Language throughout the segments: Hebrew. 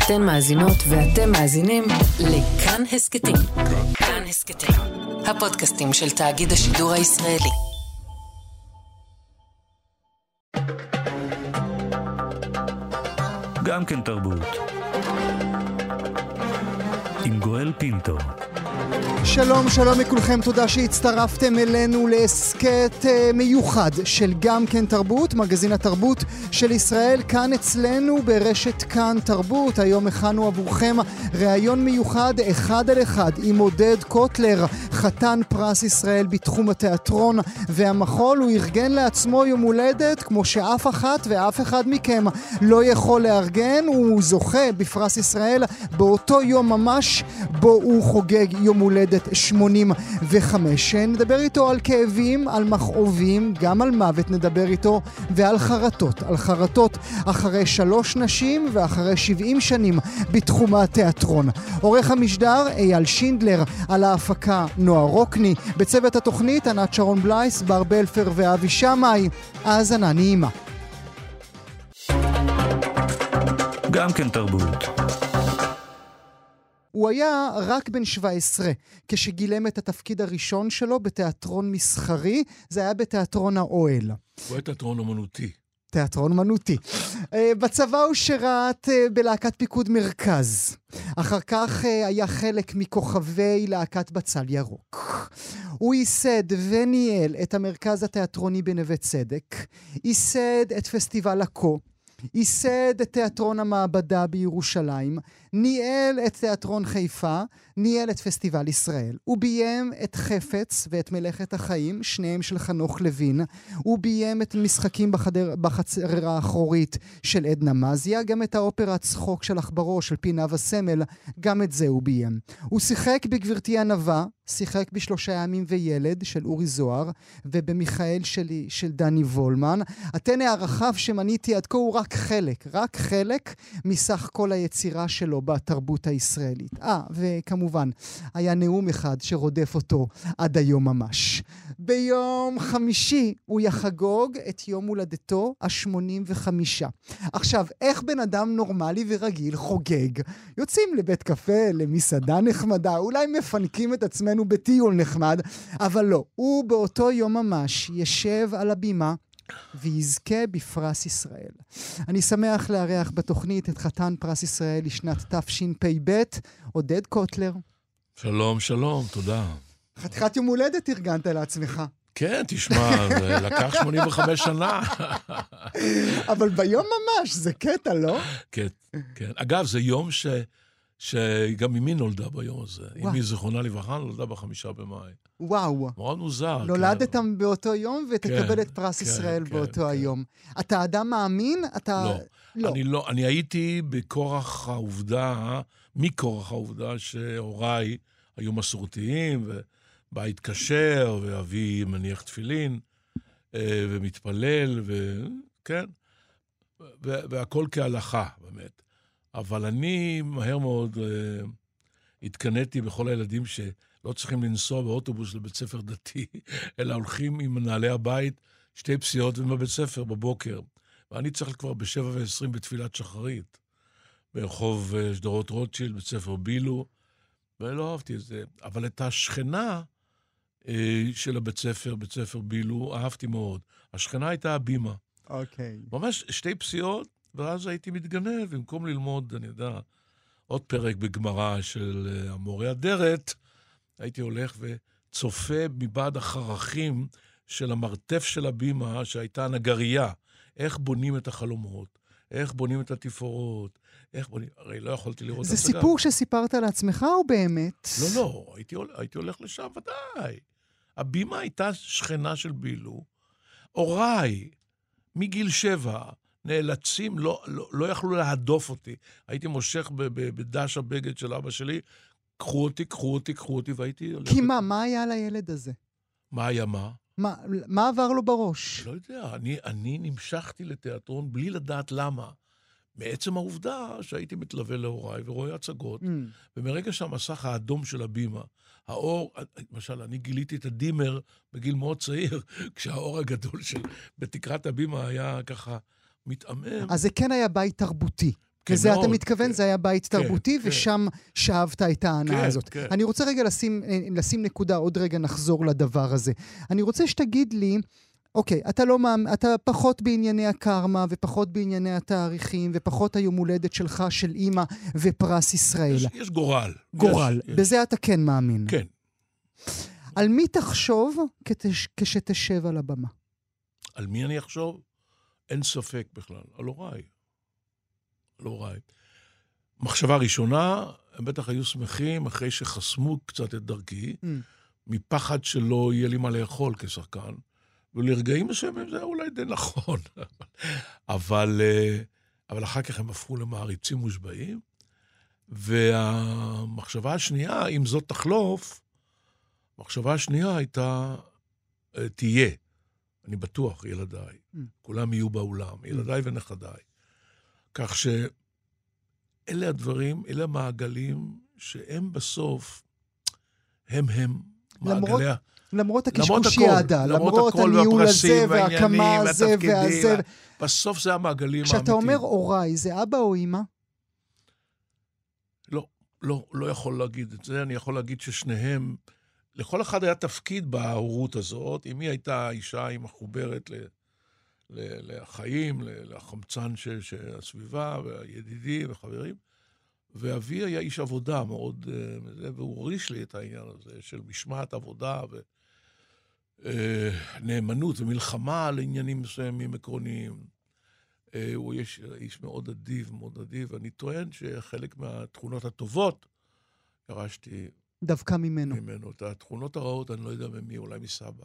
אתן מאזינות ואתם מאזינים לכאן הסקטים. כאן הסקטים, הפודקאסטים של תאגיד השידור הישראלי. גם כן תרבות. עם גואל פינטו. שלום, שלום לכולכם, תודה שהצטרפתם אלינו לעסקת מיוחד של גם כן תרבות, מגזין התרבות של ישראל, כאן אצלנו ברשת כאן תרבות. היום הכנו עבורכם ראיון מיוחד אחד על אחד עם עודד קוטלר, חתן פרס ישראל בתחום התיאטרון והמחול. הוא ארגן לעצמו יום הולדת כמו שאף אחת ואף אחד מכם לא יכול לארגן. הוא זוכה בפרס ישראל באותו יום ממש בו הוא חוגג יום הולדת 85. נדבר איתו על כאבים, על מכאובים, גם על מוות נדבר איתו, ועל חרטות. על חרטות אחרי 3 נשים ואחרי 70 שנים בתחום התיאטרון. עורך המשדר אייל שינדלר, על ההפקה נועה רוקני, בצוות התוכנית ענת שרון בלייס, בר בלפר ואבי שמאי. האזנה נעימה. גם כן תרבות. הוא היה רק בן 17 כשגילם את התפקיד הראשון שלו בתיאטרון מסחרי. זה היה בתיאטרון האוהל. הוא היה תיאטרון אומנותי. תיאטרון אומנותי. בצבא הוא שירת בלהקת פיקוד מרכז. אחר כך היה חלק מכוכבי להקת בצל ירוק. הוא ייסד וניהל את המרכז התיאטרוני בנווה צדק. ייסד את פסטיבל הקו. ייסד את תיאטרון המעבדה בירושלים, ניהל את תיאטרון חיפה, ניהל את פסטיבל ישראל. הוא ביים את חפץ ואת מלאכת החיים, שניהם של חנוך לוין. הוא ביים את משחקים בחצר האחורית של עדנה מזיה, גם את האופרה צחוק של עכברו של פינה וסמל, גם את זה הוא ביים. הוא שיחק בגברתי הנווה, שיחק ב3 ימים וילד של אורי זוהר, ובמיכאל שלי של דני וולמן. הטנא הרחב שמניתי עד כה הוא רק חלק מסך כל היצירה שלו בתרבות הישראלית. וכמובן, היה נאום אחד שרודף אותו עד היום ממש. ביום חמישי הוא יחגוג את יום הולדתו ה-85. עכשיו, איך בן אדם נורמלי ורגיל חוגג? יוצאים לבית קפה, למסעדה נחמדה, אולי מפנקים את עצמנו בטיול נחמד, אבל לא. הוא באותו יום ממש ישב על הבימה ויזכה בפרס ישראל. אני שמח לארח בתוכנית את חתן פרס ישראל לשנת תשפ"ב, עודד קוטלר. שלום, שלום, תודה. חתיכת יום הולדת ארגנת לעצמך. כן, תשמע, זה לקח 85 שנה. אבל ביום ממש, זה קטע, לא? כן, כן. אגב, זה יום שגם אמי נולדה ביום הזה. אמי זיכרונה לברכה נולדה ב5 במאי. וואו. מאוד מוזר. נולדתם באותו יום ותקבל את פרס ישראל באותו היום. אתה אדם מאמין? לא. אני הייתי מכורח העובדה שהוריי היו מסורתיים, ובית כשר, ואבי מניח תפילין, ומתפלל, וכן. והכל כהלכה, באמת. אבל אני מהר מאוד התקנאתי בכל הילדים שלא צריכים לנסוע באוטובוס לבית ספר דתי, אלא הולכים עם מנהלי הבית 2 פסיעות ובבית ספר בבוקר. ואני צריך כבר ב7:20 בתפילת שחרית, ברחוב שדרות רוטשילד, בית ספר בילו, ולא אהבתי את זה. אבל את השכנה של הבית ספר, בית ספר בילו, אהבתי מאוד. השכנה הייתה הבימה. אוקיי. ממש 2 פסיעות, ואז הייתי מתגנב, במקום ללמוד, אני יודע, עוד פרק בגמרא של המורה אדרת, הייתי הולך וצופה מבעד החרכים של המרתף של הבימה, שהייתה נגרייה. איך בונים את החלומות, איך בונים את התפאורות, איך בונים... הרי לא יכולתי לראות... זה סיפור שסיפרת לעצמך או באמת? לא, הייתי הולך לשם, ודאי. הבימה הייתה שכנה של בילו. הוריי, מגיל 7, נאלצים, לא יכלו להדוף אותי. הייתי מושך בדש הבגד של אבא שלי, קחו אותי, והייתי... כי מה היה לילד הזה? מה היה מה? מה עבר לו בראש? לא יודע, אני נמשכתי לתיאטרון בלי לדעת למה. מעצם העובדה שהייתי מתלווה להוריי ורואה הצגות, ומרגע שהמסך האדום של הבימה, האור, למשל, אני גיליתי את הדימר בגיל מאוד צעיר, כשהאור הגדול בתקרת הבימה היה ככה מתאמם. אז זה כן היה בית תרבותי. כן, וזה מאוד, אתה מתכוון, כן. זה היה בית תרבותי, כן. ושם שאהבת את ההנאה כן, הזאת. כן. אני רוצה רגע לשים נקודה, עוד רגע נחזור לדבר הזה. אני רוצה שתגיד לי, אוקיי, אתה פחות בענייני הקרמה, ופחות בענייני התאריכים, ופחות היום הולדת שלך, של אמא ופרס ישראל. יש גורל. גורל, יש. בזה אתה כן מאמין. כן. על מי תחשוב כשתשב על הבמה? על מי אני אחשוב? אין ספק בכלל. על הוריי. על הוריי. מחשבה ראשונה, הם בטח היו שמחים אחרי שחסמו קצת את דרכי, מפחד שלא יהיה לי מה לאכול כשחקן, ולרגעים מסוימים זה היה אולי די נכון. אבל אחר כך הם הפכו למעריצים מושבעים, והמחשבה השנייה, אם זאת תחלוף, המחשבה השנייה הייתה, תהיה, אני בטוח, ילדיי. כולם יהיו באולם, ילדיי ונכדיי. כך שאלה הדברים, אלה המעגלים, שהם בסוף, הם מעגלי... למרות הקשקושיאדה, למרות הניהול הזה והקמה הזה והזה. בסוף זה המעגלים האמיתיים. כשאתה אומר הוריי, זה אבא או אמא? לא יכול להגיד את זה. אני יכול להגיד ששניהם, לכל אחד היה תפקיד בהורות הזאת. אמי הייתה אישה עם מחוברת לחיים, לחמצן של הסביבה, והידידים וחברים. ואבי היה איש עבודה מאוד, והוא הוריש לי את העניין הזה של משמעת עבודה ונאמנות ומלחמה על עניינים מסוימים עקרוניים. הוא איש מאוד אדיב, מאוד אדיב, ואני טוען שחלק מהתכונות הטובות ירשתי דווקא ממנו. את התכונות הרעות, אני לא יודע ממי, אולי מסבא.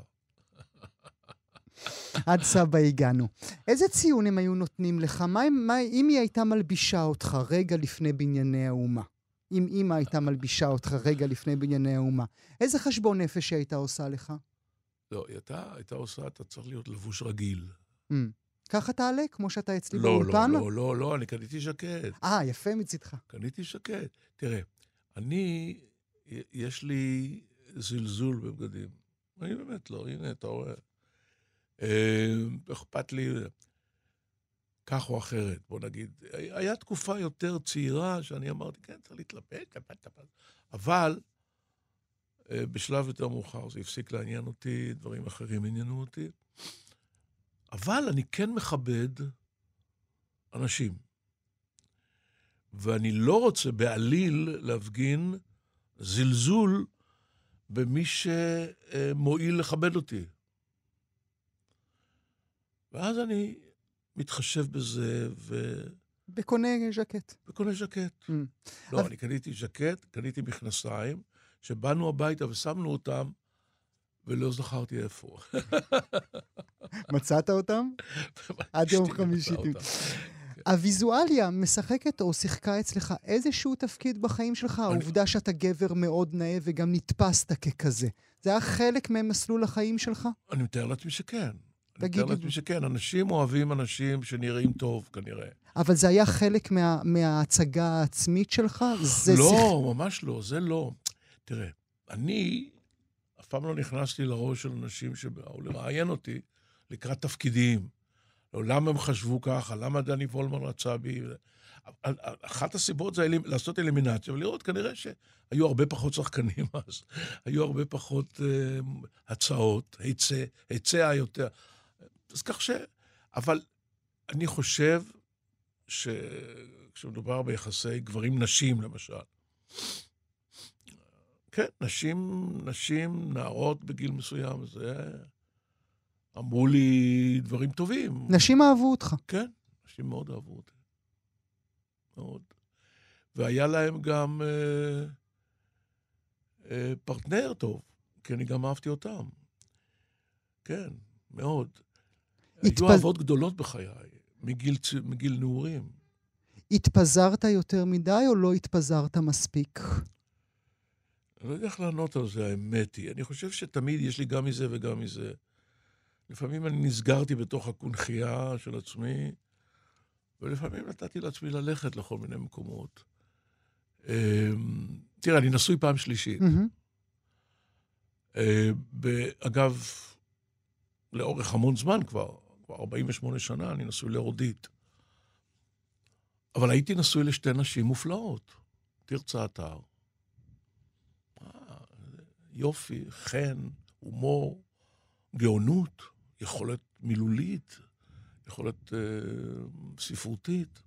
עד סבא הגענו. איזה ציון הם היו נותנים לך? אם היא הייתה מלבישה אותך רגע לפני בנייני האומה? אם אמא הייתה מלבישה אותך רגע לפני בנייני האומה, איזה חשבון נפש היא הייתה עושה לך? לא, היא הייתה עושה, אתה צריך להיות לבוש רגיל. ככה תעלה, כמו שאתה אצלי באולפן? לא, אני קניתי ז'קט. יפה מצדך. קניתי ז'קט. תראה, יש לי זלזול בבגדים. אני באמת לא, הנה, אתה רואה. אכפת לי כך או אחרת, בוא נגיד. היה תקופה יותר צעירה שאני אמרתי, כן, צריך להתלבט, אבל בשלב יותר מאוחר זה הפסיק לעניין אותי, דברים אחרים עניינו אותי. אבל אני כן מכבד אנשים. ואני לא רוצה בעליל להפגין זלזול במי שמועיל לכבד אותי. ואז אני מתחשב בזה בקונה ז'קט. בקונה ז'קט. לא, אני קניתי ז'קט, קניתי מכנסיים, שבאנו הביתה ושמנו אותם, ולא זכרתי איפה. מצאת אותם? עד יום חמישי. הוויזואליה משחקת או שיחקה אצלך איזשהו תפקיד בחיים שלך? העובדה שאתה גבר מאוד נאה וגם נתפסת ככזה. זה היה חלק ממסלול החיים שלך? אני מתאר לעצמי שכן. אני מתאר לעצמי שכן. אנשים אוהבים אנשים שנראים טוב, כנראה. אבל זה היה חלק מההצגה העצמית שלך? לא, ממש לא. זה לא. תראה, אני אף פעם לא נכנסתי לראש של אנשים שבאו לראיין אותי לקראת תפקידים. למה הם חשבו ככה? למה דני וולמן רצה בי? אחת הסיבות זה לעשות אלימינציה, ולראות כנראה שהיו הרבה פחות שחקנים אז. היו הרבה פחות הצעות, היצע יותר. אז כך אבל אני חושב כשמדובר ביחסי גברים-נשים, למשל, כן, נשים, נערות בגיל מסוים, זה אמרו לי דברים טובים. נשים אהבו אותך. כן, נשים מאוד אהבו אותי. מאוד. והיה להם גם פרטנר טוב, כי אני גם אהבתי אותם. כן, מאוד. היו אהבות גדולות בחיי, מגיל נעורים. התפזרת יותר מדי או לא התפזרת מספיק? אני לא יודע איך לענות על זה, האמת היא. אני חושב שתמיד יש לי גם מזה וגם מזה. לפעמים אני נסגרתי בתוך הקונחייה של עצמי, ולפעמים נתתי לעצמי ללכת לכל מיני מקומות. תראה, אני נשוי פעם שלישית. אגב, לאורך המון זמן כבר 48 שנה, אני נשוי לרודית. אבל הייתי נשוי לשתי נשים מופלאות. תרצה אתר. יופי, חן, הומור, גאונות, יכולת מילולית, יכולת ספרותית.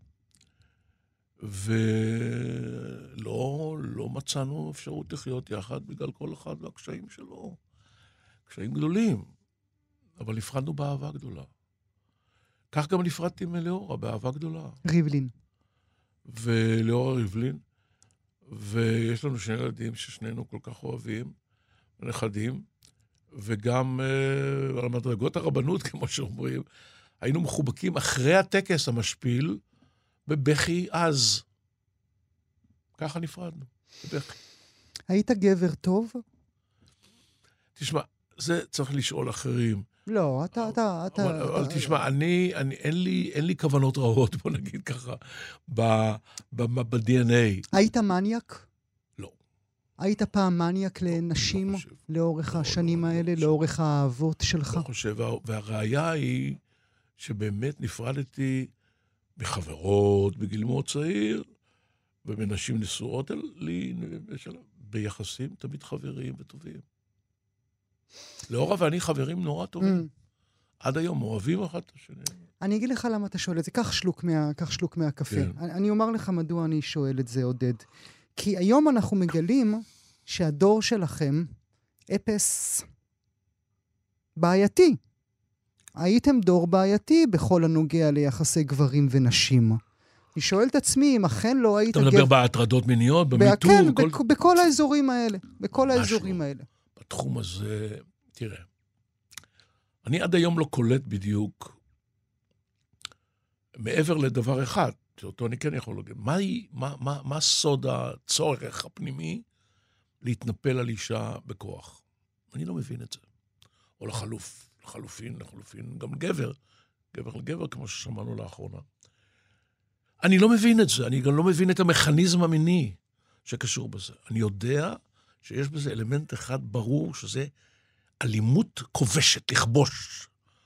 ולא מצאנו אפשרות לחיות יחד בגלל כל אחד והקשיים שלו. קשיים גדולים. אבל נפרדנו באהבה גדולה. כך גם נפרדתי מליאורה, באהבה גדולה. ריבלין. וליאורה ריבלין. ויש לנו שני ילדים ששנינו כל כך אוהבים, נכדים, וגם על מדרגות הרבנות, כמו שאומרים, היינו מחובקים אחרי הטקס המשפיל, בבכי אז. ככה נפרדנו, בבכי. היית גבר טוב? תשמע, זה צריך לשאול אחרים. לא, אתה... אבל תשמע, אין לי כוונות רעות, בוא נגיד ככה, ב-DNA. היית מניאק? לא. היית פעם מניאק לנשים לאורך השנים האלה, לאורך האהבות שלך? לא חושב, והראיה היא שבאמת נפרדתי מחברות בגיל מאוד צעיר, ומנשים נשואות לי, ביחסים תמיד חברים וטובים. לאורה ואני חברים נורא טובים. עד היום אוהבים אחד את השני. אני אגיד לך למה אתה שואל את זה. קח שלוק מהקפה. כן. אני אומר לך מדוע אני שואל את זה, עודד. כי היום אנחנו מגלים שהדור שלכם אפס בעייתי. הייתם דור בעייתי בכל הנוגע ליחסי גברים ונשים. אני שואל את עצמי אם אכן לא היית... אתה מדבר בהטרדות מיניות, במיטור? כן, בכל האזורים האלה. בכל האזורים האלה. בתחום הזה, תראה, אני עד היום לא קולט בדיוק, מעבר לדבר אחד, שאותו אני כן יכול להגיד, מה סוד הצורך הפנימי להתנפל על אישה בכוח? אני לא מבין את זה. או לחלופין, גם גבר לגבר, כמו ששמענו לאחרונה. אני לא מבין את זה, אני גם לא מבין את המכניזם המיני שקשור בזה. אני יודע שיש בזה אלמנט אחד ברור, שזה אלימות כובשת, לכבוש.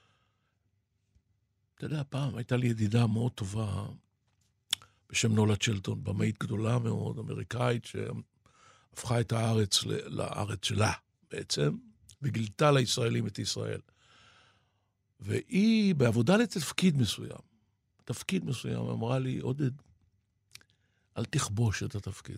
אתה יודע, פעם הייתה לי ידידה מאוד טובה, בשם נולה צ'לטון, במאית גדולה מאוד, אמריקאית, שהפכה את הארץ לארץ שלה, בעצם, וגילתה לישראלים את ישראל. והיא, בעבודה לתפקיד מסוים, אמרה לי, עודד, אל תכבוש את התפקיד.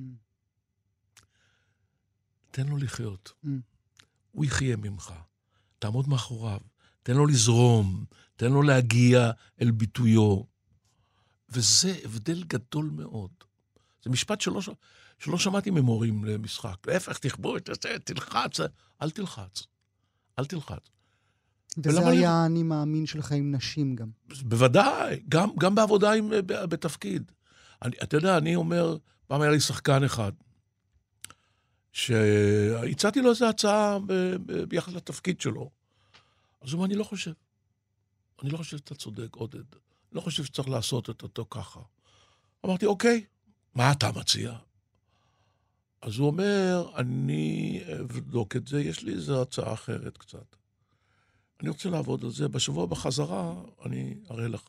תן לו לחיות. הוא יחיה ממך. תעמוד מאחוריו. תן לו לזרום. תן לו להגיע אל ביטויו. וזה הבדל גדול מאוד. זה משפט שלא שמעתי ממורים למשחק. להפך, תכבוש, תלחץ. אל תלחץ. וזה היה אני מאמין שלך עם נשים גם. בוודאי. גם בעבודה בתפקיד. אתה יודע, אני אומר, פעם היה לי שחקן אחד, שהצעתי לו איזו הצעה ביחד לתפקיד שלו. אז הוא אומר, אני לא חושב שאתה צודק, עודד. אני לא חושב שצריך לעשות את אותו ככה. אמרתי, אוקיי, מה אתה מציע? אז הוא אומר, אני אבדוק את זה, יש לי איזו הצעה אחרת קצת. אני רוצה לעבוד על זה, בשבוע בחזרה אני אראה לך.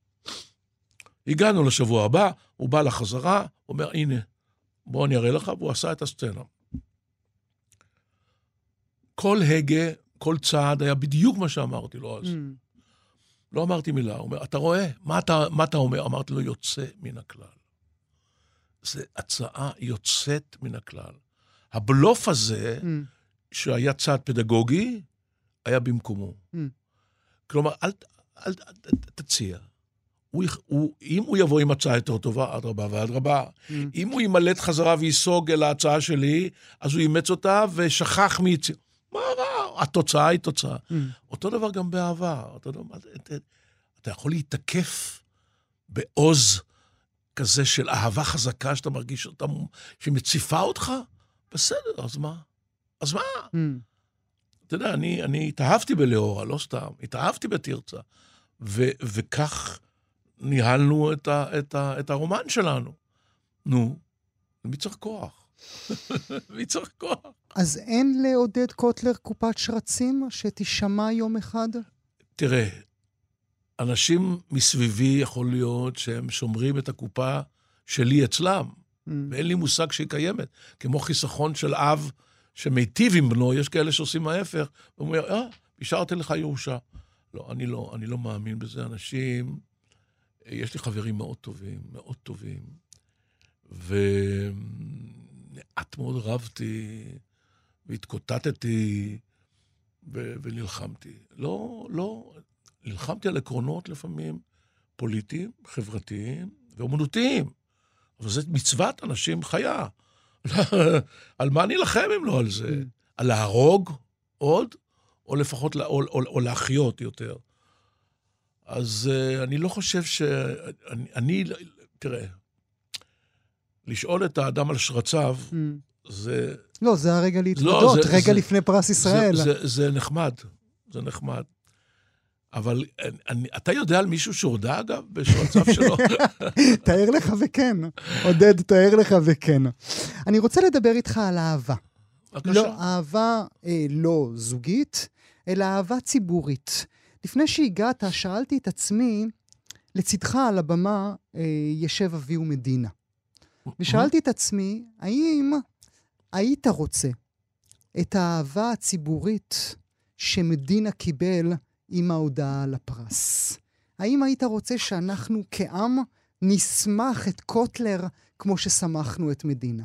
הגענו לשבוע הבא, הוא בא לחזרה, הוא אומר, הנה, בוא אני אראה לך, והוא עשה את הסצנה. כל הגה, כל צעד היה בדיוק מה שאמרתי לו אז. לא אמרתי מילה, הוא אומר, אתה רואה? מה אתה אומר? אמרתי לו, יוצא מן הכלל. זו הצעה יוצאת מן הכלל. הבלוף הזה, שהיה צעד פדגוגי, היה במקומו. כלומר, אל תציע. אם הוא יבוא עם הצעה יותר טובה, אדרבה ואדרבה. אם הוא ימלט חזרה ויסוג אל ההצעה שלי, אז הוא אימץ אותה ושכח מיציע. מה רע? התוצאה היא תוצאה. אותו דבר גם באהבה. אתה יכול להתקף בעוז כזה של אהבה חזקה שאתה מרגיש אותה, שמציפה אותך? בסדר, אז מה? אתה יודע, אני התאהבתי בליאורה, לא סתם. התאהבתי בתרצה. וכך ניהלנו את הרומן שלנו. נו, מי צריך כוח? מי צריך כוח? אז אין לעודד קוטלר קופת שרצים שתשמע יום אחד? תראה, אנשים מסביבי יכול להיות שהם שומרים את הקופה שלי אצלם, ואין לי מושג שהיא קיימת. כמו חיסכון של אב שמיטיב עם בנו, יש כאלה שעושים ההפך, והוא אומר, השארתי לך ירושה. לא, אני לא מאמין בזה. אנשים, יש לי חברים מאוד טובים, ומעט מאוד רבתי, והתקוטטתי, ונלחמתי. לא, נלחמתי על עקרונות לפעמים פוליטיים, חברתיים ואומנותיים. אבל זה מצוות אנשים חיה. על מה נלחם אם לא על זה? על להרוג עוד, או לפחות או להחיות יותר. אז אני לא חושב תראה, לשאול את האדם על שרציו, זה... לא, זה הרגע להתוודות, רגע לפני פרס ישראל. זה נחמד. אבל אתה יודע על מישהו שהודע, אגב, בשרציו שלו? תאר לך וכן. עודד, תאר לך וכן. אני רוצה לדבר איתך על אהבה. לא, אהבה לא זוגית, אלא אהבה ציבורית. לפני שהגעת, שאלתי את עצמי, לצדך על הבמה ישב אבי ומדינה. ושאלתי את עצמי, האם היית רוצה את האהבה הציבורית שמדינה קיבל עם ההודעה על הפרס? האם היית רוצה שאנחנו כעם נשמח את קוטלר כמו ששמחנו את מדינה?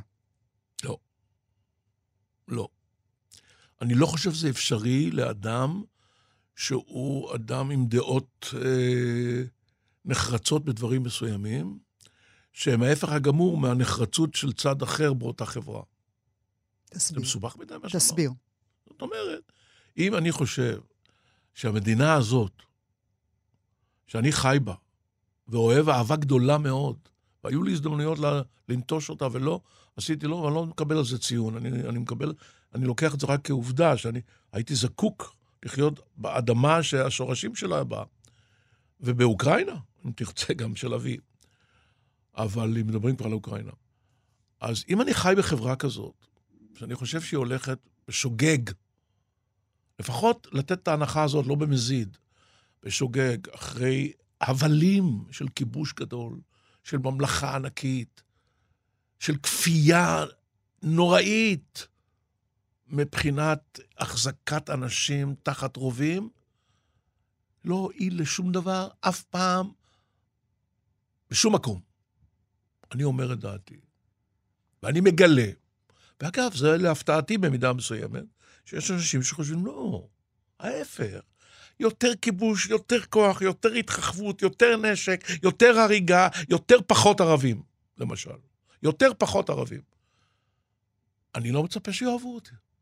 לא. אני לא חושב שזה אפשרי לאדם שהוא אדם עם דעות נחרצות בדברים מסוימים, שהם ההפך הגמור מהנחרצות של צד אחר באותה חברה. תסביר. זה מסובך מדי מה שאמר. תסביר. זאת אומרת, אם אני חושב שהמדינה הזאת, שאני חי בה, ואוהב אהבה גדולה מאוד, והיו לי הזדמנויות לנטוש אותה, ולא עשיתי לו, ואני לא מקבל על זה ציון. אני לוקח את זה רק כעובדה, שאני הייתי זקוק לחיות באדמה שהשורשים שלה באה. ובאוקראינה, אם תרצה גם של אבי. אבל אם מדברים כבר על אוקראינה. אז אם אני חי בחברה כזאת, שאני חושב שהיא הולכת בשוגג, לפחות לתת את ההנחה הזאת, לא במזיד, בשוגג, אחרי הבלים של כיבוש גדול, של ממלכה ענקית, של כפייה נוראית, מבחינת החזקת אנשים תחת רובים, לא הועיל לשום דבר, אף פעם, בשום מקום. אני אומר את דעתי. ואני מגלה. ואגב, זה להפתעתי במידה מסוימת, שיש אנשים שחושבים, לא, ההפך. יותר כיבוש, יותר כוח, יותר התרחבות, יותר נשק, יותר הריגה, יותר פחות ערבים, למשל. יותר פחות ערבים. אני לא מצפה שיאהבו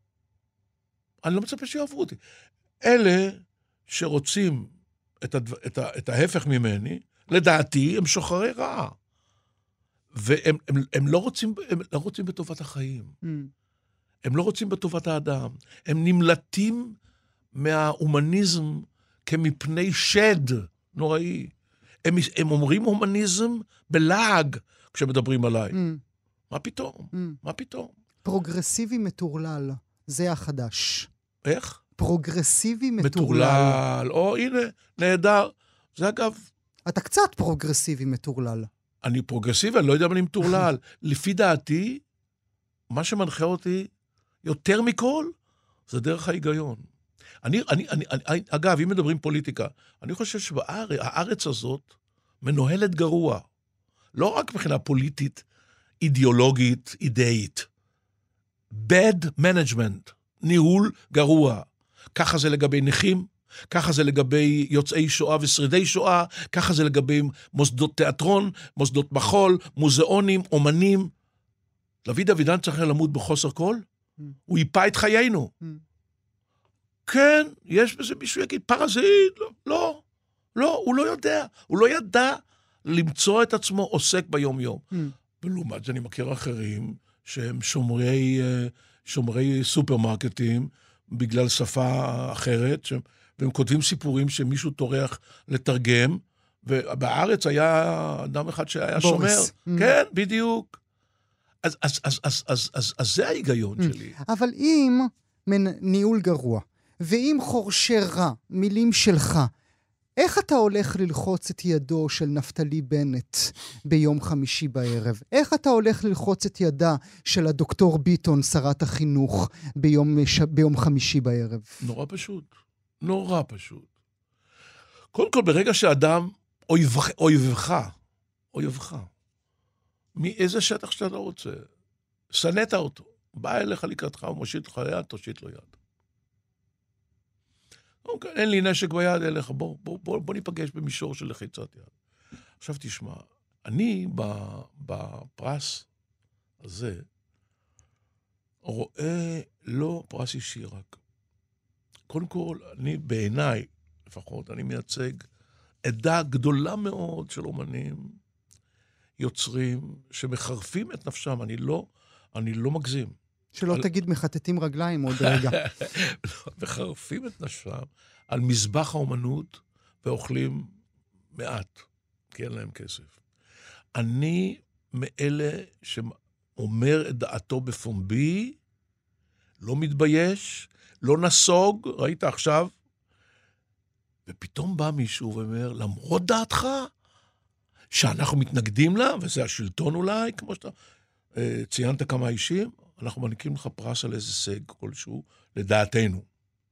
אותי. אלה שרוצים את ההפך ממני, לדעתי, הם שוחרי רע. והם לא רוצים בטובת החיים. הם לא רוצים בטובת האדם. הם נמלטים מההומניזם כמפני שד נוראי. הם אומרים הומניזם בלעג כשמדברים עליי. מה פתאום? פרוגרסיבי מטורלל, זה החדש. איך? פרוגרסיבי מטורלל. הנה, נהדר. זה אגב... אתה קצת פרוגרסיבי מטורלל. אני פרוגרסיבי, אני לא יודע מה אני מטורלל. לפי דעתי, מה שמנחה אותי יותר מכל, זה דרך ההיגיון. אגב, אם מדברים פוליטיקה, אני חושב שהארץ הזאת מנוהלת גרוע. לא רק מבחינה פוליטית, אידיאולוגית, אידאית. bad management, ניהול גרוע. ככה זה לגבי נכים, ככה זה לגבי יוצאי שואה ושרידי שואה, ככה זה לגבי מוסדות תיאטרון, מוסדות מחול, מוזיאונים, אומנים. דוד אבידן צריך למות בחוסר כל? הוא ייפה את חיינו. כן, יש בזה מישהו יגיד, פרזיט, לא, הוא לא יודע. הוא לא ידע למצוא את עצמו עוסק ביום-יום. ולעומת זה אני מכיר אחרים שהם שומרי סופרמרקטים, בגלל שפה אחרת, והם כותבים סיפורים שמישהו טורח לתרגם, ובארץ היה אדם אחד שהיה שומר. כן, בדיוק. אז זה ההיגיון שלי. אבל אם ניהול גרוע, ואם חורשי רע, מילים שלך, איך אתה הולך ללחוץ את ידו של נפתלי בנט ביום חמישי בערב? איך אתה הולך ללחוץ את ידה של הדוקטור ביטון, שרת החינוך, ביום חמישי בערב? נורא פשוט. נורא פשוט. קודם כל, ברגע שאדם אויבך, מאיזה שטח שאתה לא רוצה, שנאת אותו, בא אליך לקראתך, הוא מושיט לך יד, תושיט לו יד. אוקיי, אין לי נשק ביד אליך, בוא ניפגש במישור של לחיצת יד. עכשיו תשמע, אני בפרס הזה רואה לא פרס אישי רק. קודם כל, אני בעיניי, לפחות, אני מייצג עדה גדולה מאוד של אומנים, יוצרים, שמחרפים את נפשם. אני לא מגזים. שלא תגיד מחטטים רגליים עוד רגע. מחרפים את נפשם על מזבח האומנות ואוכלים מעט, כי אין להם כסף. אני מאלה שאומר את דעתו בפומבי, לא מתבייש, לא נסוג, ראית עכשיו, ופתאום בא מישהו ואומר, למרות דעתך, שאנחנו מתנגדים לה, וזה השלטון אולי, כמו שאתה ציינת כמה אישים, אנחנו מעניקים לך פרס על איזה הישג כלשהו, לדעתנו.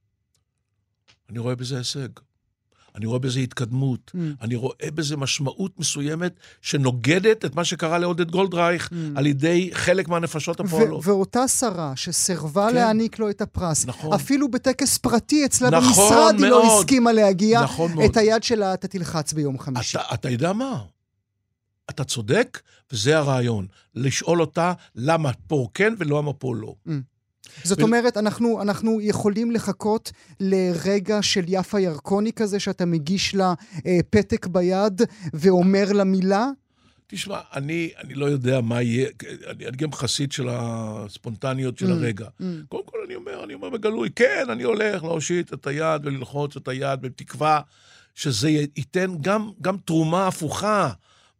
אני רואה בזה הישג. אני רואה בזה התקדמות. אני רואה בזה משמעות מסוימת שנוגדת את מה שקרה לעודד גולדרייך על ידי חלק מהנפשות הפועלות. ואותה שרה שסרבה כן. להעניק לו את הפרס, נכון. אפילו בטקס פרטי אצלה נכון במשרד היא לא מאוד. הסכימה להגיע, נכון מאוד. את היד שלה אתה תלחץ ביום חמישי. אתה יודע מה? אתה צודק, וזה הרעיון. לשאול אותה למה פה כן ולמה פה לא. זאת אומרת, אנחנו יכולים לחכות לרגע של יפה ירקוני כזה, שאתה מגיש לה פתק ביד ואומר לה מילה? תשמע, אני לא יודע מה יהיה, אני גם חסיד של הספונטניות של הרגע. קודם כל אני אומר בגלוי, כן, אני הולך להושיט את היד וללחוץ את היד, בתקווה שזה ייתן גם תרומה הפוכה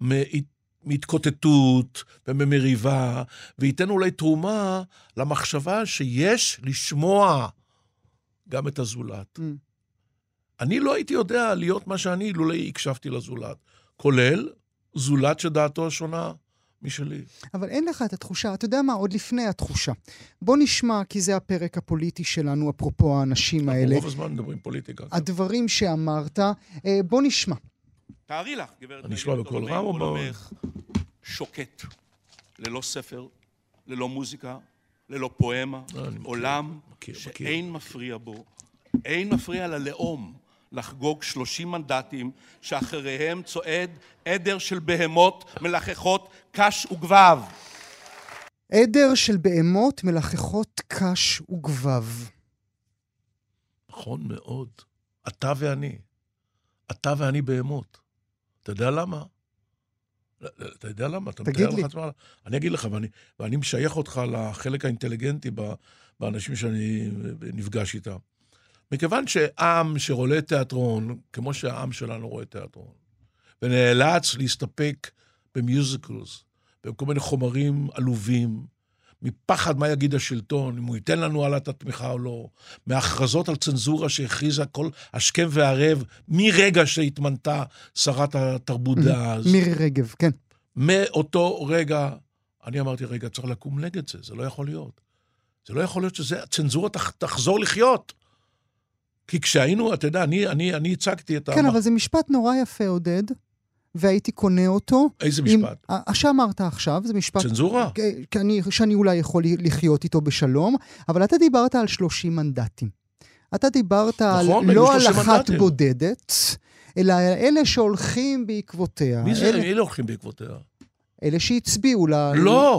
מהתקוטטות וממריבה, וייתן אולי תרומה למחשבה שיש לשמוע גם את הזולת. אני לא הייתי יודע להיות מה שאני, לא הקשבתי לזולת, כולל זולת שדעתו השונה משלי. אבל אין לך את התחושה, אתה יודע מה, עוד לפני התחושה. בוא נשמע, כי זה הפרק הפוליטי שלנו, אפרופו האנשים האלה. רוב הזמן מדברים פוליטיקה. הדברים שאמרת, בוא נשמע. תארי לך, גברת אני אשמע בכל רם או עולמך שוקט, ללא ספר, ללא מוזיקה, ללא פואמה, עולם שאין מפריע בו, אין מפריע ללאום לחגוג 30 מנדטים שאחריהם צועד עדר של בהמות מלחכות קש וגבב. עדר של בהמות מלחכות קש וגבב. נכון מאוד. אתה ואני בהמות. אתה יודע למה? אתה יודע למה? תגיד לי. אני אגיד לך, ואני משייך אותך לחלק האינטליגנטי באנשים שאני נפגש איתם. מכיוון שעם שרואה תיאטרון, כמו שהעם שלנו רואה תיאטרון, ונאלץ להסתפק במיוזיקלס, בכל מיני חומרים עלובים, מפחד מה יגיד השלטון, אם הוא ייתן לנו עלת התמיכה או לא, מהכרזות על צנזורה שהכריזה כל השכם והערב, מרגע שהתמנתה שרת התרבות דאז. מירי רגב, כן. מאותו רגע, אני אמרתי, רגע, צריך לקום נגד זה, זה לא יכול להיות. זה לא יכול להיות הצנזורה תחזור לחיות. כי כשהיינו, אתה יודע, אני הצגתי את... כן, אבל זה משפט נורא יפה, עודד. והייתי קונה אותו. איזה משפט? שאמרת עכשיו, זה משפט... צנזורה? שאני אולי יכול לחיות איתו בשלום, אבל אתה דיברת על 30 מנדטים. אתה דיברת נכון, על לא על אחת בודדת, אלא אלה שהולכים בעקבותיה. מי זה? אלה הולכים בעקבותיה? אלה שהצביעו לה...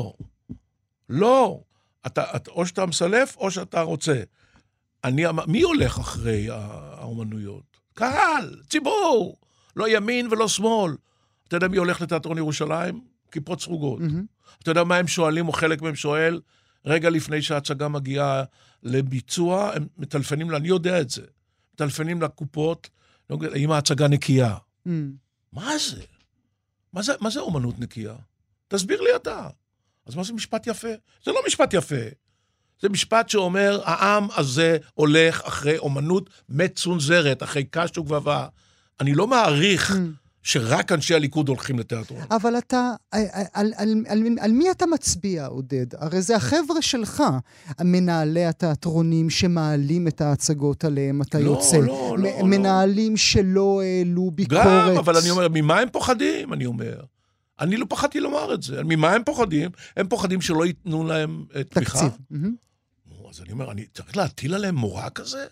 לא. או שאתה מסלף, או שאתה רוצה. מי הולך אחרי האומנויות? קהל, ציבור. לא ימין ולא שמאל. אתה יודע מי הולך לתיאטרון ירושלים? כיפות סרוגות. אתה יודע מה הם שואלים, או חלק מהם שואל, רגע לפני שההצגה מגיעה לביצוע, הם מטלפנים לה, אני יודע את זה, מטלפנים לקופות, אם ההצגה נקייה. מה זה? מה זה אומנות נקייה? תסביר לי אתה. אז מה זה משפט יפה? זה לא משפט יפה. זה משפט שאומר, העם הזה הולך אחרי אומנות מצונזרת, אחרי קש וגבבה. אני לא מעריך שרק אנשי הליכוד הולכים לתיאטרון. אבל אתה, על מי אתה מצביע, עודד? הרי זה החבר'ה שלך, מנהלי התיאטרונים שמעלים את ההצגות עליהם, אתה יוצא. לא. מנהלים שלא העלו ביקורת. גם, אבל אני אומר, ממה הם פוחדים, אני אומר. אני לא פחדתי לומר את זה. ממה הם פוחדים? הם פוחדים שלא ייתנו להם תמיכה. תקציב. אז אני אומר, אני צריך להטיל עליהם מורא כזה?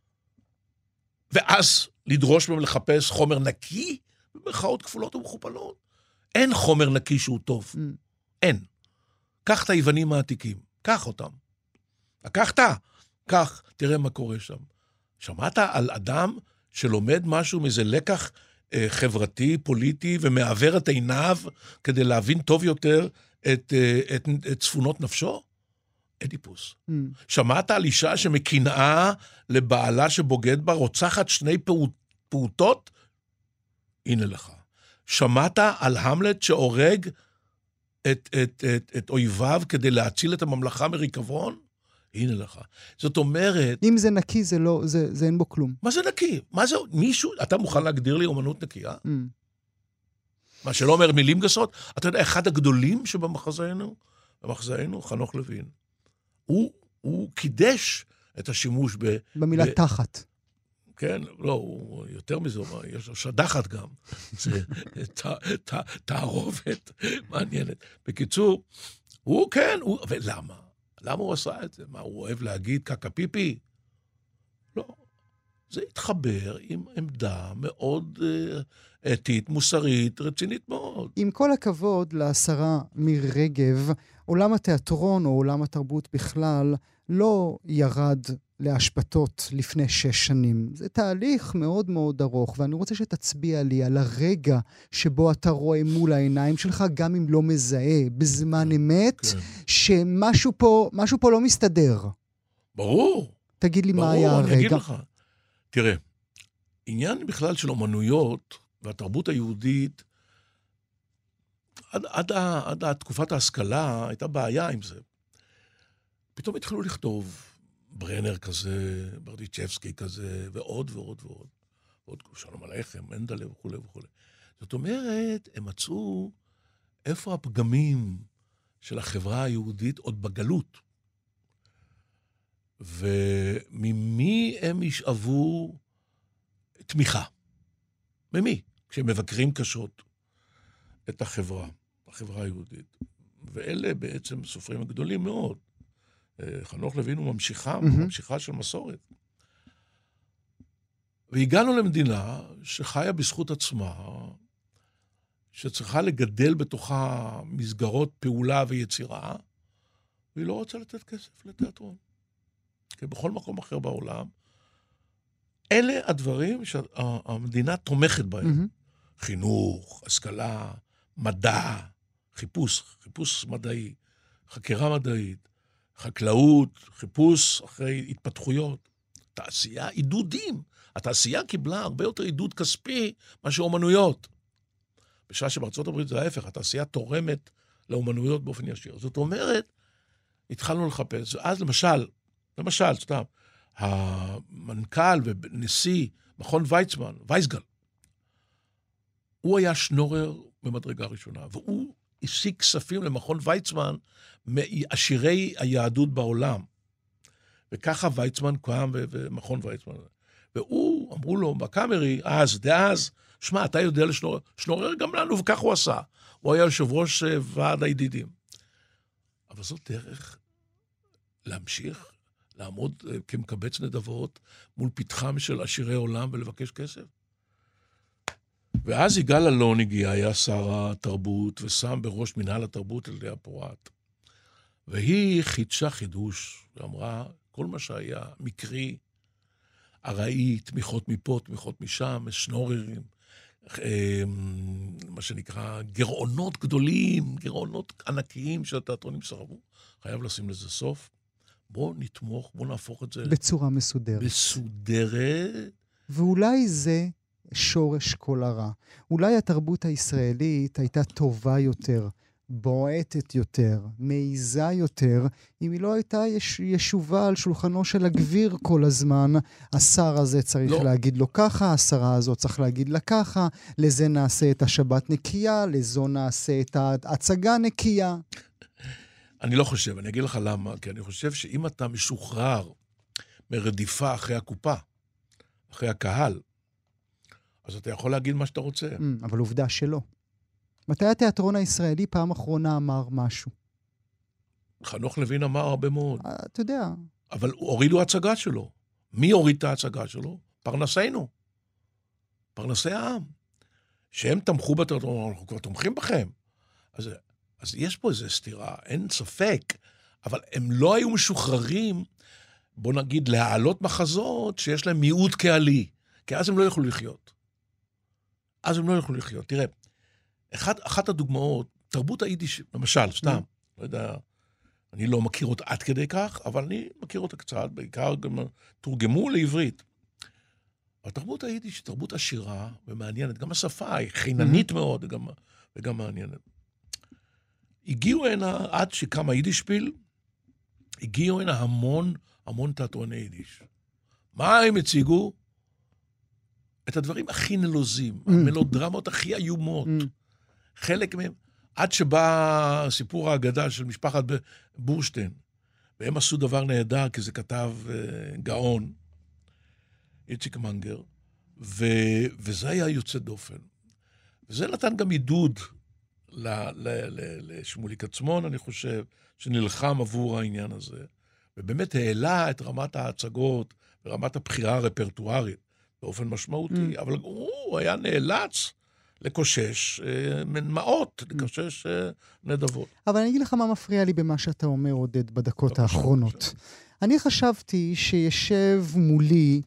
ואז לדרוש מהם לחפש חומר נקי? במרכאות כפולות ומכופלות. אין חומר נקי שהוא טוב. אין. קח את היוונים העתיקים. קח אותם. לקחת? קח. תראה מה קורה שם. שמעת על אדם שלומד משהו מאיזה לקח חברתי, פוליטי, ומעבר את עיניו כדי להבין טוב יותר את צפונות נפשו? אדיפוס. שמעת על אישה שמקנאה לבעלה שבוגד בה, רוצחת שני פעוטות? הנה לך. שמעת על המלט שהורג את אויביו כדי להציל את הממלכה מריקבון? הנה לך. זאת אומרת... אם זה נקי, זה אין בו כלום. מה זה נקי? מה זה... מישהו... אתה מוכן להגדיר לי אומנות נקייה? מה שלא אומר מילים גסות? אתה יודע, אחד הגדולים שבמחזינו, חנוך לוין, הוא קידש את השימוש במילה תחת. כן, לא, הוא יותר מזה, יש לו שדחת גם. זה תערובת מעניינת. בקיצור, הוא כן, ולמה? למה הוא עשה את זה? מה, הוא אוהב להגיד קקה פיפי? לא. זה התחבר עם עמדה מאוד אתית, מוסרית, רצינית מאוד. עם כל הכבוד לשרה מירי רגב, עולם התיאטרון או עולם התרבות בכלל לא ירד להשפטות לפני 6 שנים. זה תהליך מאוד מאוד ארוך, ואני רוצה שתצביע לי על הרגע שבו אתה רואה מול העיניים שלך, גם אם לא מזהה, בזמן אמת, שמשהו פה לא מסתדר. ברור. תגיד לי מה היה הרגע. אני אגיד לך. תראה, עניין בכלל של אומנויות והתרבות היהודית, עד תקופת ההשכלה הייתה בעיה עם זה. פתאום התחילו לכתוב ברנר כזה, ברדיצ'בסקי כזה, ועוד ועוד ועוד. ועוד שלום עליכם, מנדלה וכו' וכו'. זאת אומרת, הם מצאו איפה הפגמים של החברה היהודית עוד בגלות. וממי הם ישאבו תמיכה? ממי? כשהם מבקרים קשות את החברה היהודית. ואלה בעצם סופרים הגדולים מאוד. חנוך לוין הוא ממשיכה של מסורת. והגענו למדינה שחיה בזכות עצמה, שצריכה לגדל בתוכה מסגרות פעולה ויצירה, והיא לא רוצה לתת כסף לתיאטרון. כי בכל מקום אחר בעולם, אלה הדברים שהמדינה תומכת בהם. חינוך, השכלה, מדע, חיפוש מדעי, חקירה מדעית, חקלאות, חיפוש אחרי התפתחויות, תעשייה, עידודים. התעשייה קיבלה הרבה יותר עידוד כספי מאשר אומנויות. בשעה שבארצות הברית זה ההפך, התעשייה תורמת לאומנויות באופן ישיר. זאת אומרת, התחלנו לחפש, ואז למשל, סתם, המנכ"ל ונשיא מכון וייסגל, הוא היה שנורר במדרגה ראשונה, והוא השיג כספים למכון ויצמן מעשירי היהדות בעולם. וככה ויצמן קם ומכון ויצמן. והוא, אמרו לו, בקאמרי, דאז, שמע, אתה יודע לשנורר גם לנו, וכך הוא עשה. הוא היה יושב ראש ועד הידידים. אבל זאת דרך להמשיך, לעמוד כמקבץ נדבות מול פתחם של עשירי עולם ולבקש כסף. ואז יגאל אלון הגיע, היה שר התרבות, ושם בראש מנהל התרבות על ידי הפורט. והיא חידשה חידוש, ואמרה, כל מה שהיה מקרי, ארעי, תמיכות מפה, תמיכות משם, שנוררים, מה שנקרא, גירעונות גדולים, גירעונות ענקיים שהתיאטרונים סרבו. חייב לשים לזה סוף. בוא נתמוך, בוא נהפוך את זה. בצורה מסודרת. מסודרת. ואולי זה שורש כל הרע. אולי התרבות הישראלית הייתה טובה יותר בועטת יותר, מעיזה יותר, אם היא לא הייתה ישובה על שולחנו של הגביר כל הזמן, השר הזה צריך להגיד לו ככה, השרה הזאת צריך להגיד לה ככה, לזה נעשה את השבת נקייה, לזו נעשה את ההצגה נקייה. אני לא חושב, אני אגיד לך למה, כי אני חושב שאם אתה משוחרר מרדיפה אחרי הקופה, אחרי הקהל, אז אתה יכול להגיד מה שאתה רוצה. אבל עובדה שלא. מתי התיאטרון הישראלי פעם אחרונה אמר משהו? חנוך לוין אמר הרבה מאוד. אתה יודע. אבל הורידו הצגה שלו. מי הוריד את ההצגה שלו? פרנסינו. פרנסי העם. שהם תמכו בתיאטרון, אנחנו כבר תומכים בכם. אז יש פה איזו סתירה, אין ספק, אבל הם לא היו משוחררים, בוא נגיד, להעלות מחזות שיש להם מיעוט קהלי, כי אז הם לא יכולו לחיות. תראה, אחת הדוגמאות, תרבות היידיש, למשל, סתם, לא יודע, אני לא מכיר אותה עד כדי כך, אבל אני מכיר אותה קצת, בעיקר גם תורגמו לעברית. התרבות היידיש היא תרבות עשירה ומעניינת, גם השפה היא חיננית מאוד וגם מעניינת. הגיעו הנה, עד שקם היידישפיל, הגיעו הנה המון תיאטרוני יידיש. מה הם הציגו? את הדברים הכי נלוזים, המלודרמות הכי איומות. חלק מהם, עד שבא סיפור האגדה של משפחת בורשטיין, והם עשו דבר נהדר, כי זה כתב גאון, איציק מנגר, וזה היה יוצא דופן. וזה נתן גם עידוד לשמוליק עצמון, אני חושב, שנלחם עבור העניין הזה, ובאמת העלה את רמת ההצגות, ורמת הבחירה הרפרטוארית, באופן משמעותי, אבל הוא היה נאלץ לקושש מעות, לקושש נדבות. אבל אני אגיד לך מה מפריע לי במה שאתה אומר, עודד, בדקות האחרונות. אני חשבתי שישב מולי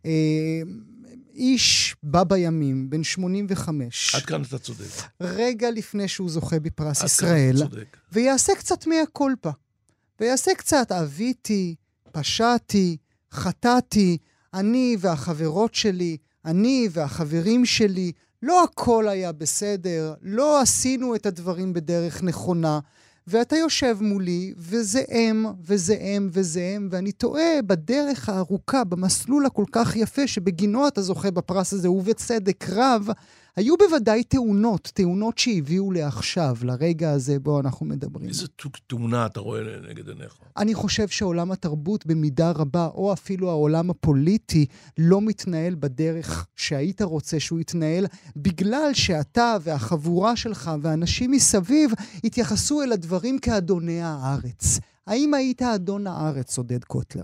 איש בא בימים, בן 85. עד כאן אתה צודק. רגע לפני שהוא זוכה בפרס ישראל. אתה צודק. ויעשה קצת מהקולפה. ויעשה קצת, אביתי, פשעתי, חטאתי, אני והחברות שלי, אני והחברים שלי, לא הכל היה בסדר, לא עשינו את הדברים בדרך נכונה, ואתה יושב מולי, וזה הם, ואני טועה בדרך הארוכה, במסלול הכל כך יפה, שבגינו אתה זוכה בפרס הזה, ובצדק רב, היו בוודאי תאונות שהביאו לעכשיו, לרגע הזה בו אנחנו מדברים. איזה תאונה אתה רואה נגד עיניך? אני חושב שעולם התרבות במידה רבה, או אפילו העולם הפוליטי, לא מתנהל בדרך שהיית רוצה שהוא יתנהל, בגלל שאתה והחבורה שלך והאנשים מסביב התייחסו אל הדברים כאדוני הארץ. האם היית אדון הארץ, עודד קוטלר?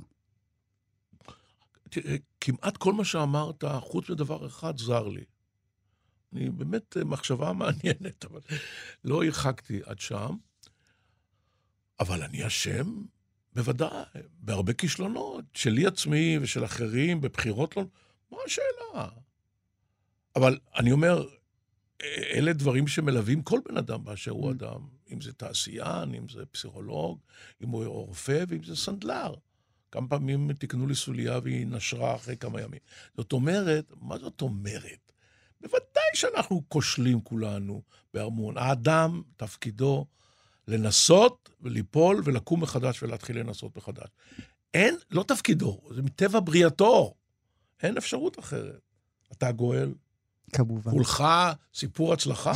כמעט כל מה שאמרת, חוץ מדבר אחד, זר לי. אני באמת מחשבה מעניינת, אבל לא הרחקתי עד שם. אבל אני אשם, בוודאי, בהרבה כישלונות, שלי עצמי ושל אחרים, בבחירות לא... מה השאלה? אבל אני אומר, אלה דברים שמלווים כל בן אדם באשר הוא אדם. אם זה תעשיין, אם זה פסיכולוג, אם הוא רופא, ואם זה סנדלר. כמה פעמים תקנו לי סוליה והיא נשרה אחרי כמה ימים. זאת אומרת, מה זאת אומרת? בוודאי שאנחנו כושלים כולנו בהרמון. האדם, תפקידו, לנסות וליפול ולקום מחדש ולהתחיל לנסות מחדש. אין, לא תפקידו, זה מטבע בריאתו. אין אפשרות אחרת. אתה גואל. כמובן. כולך סיפור הצלחה.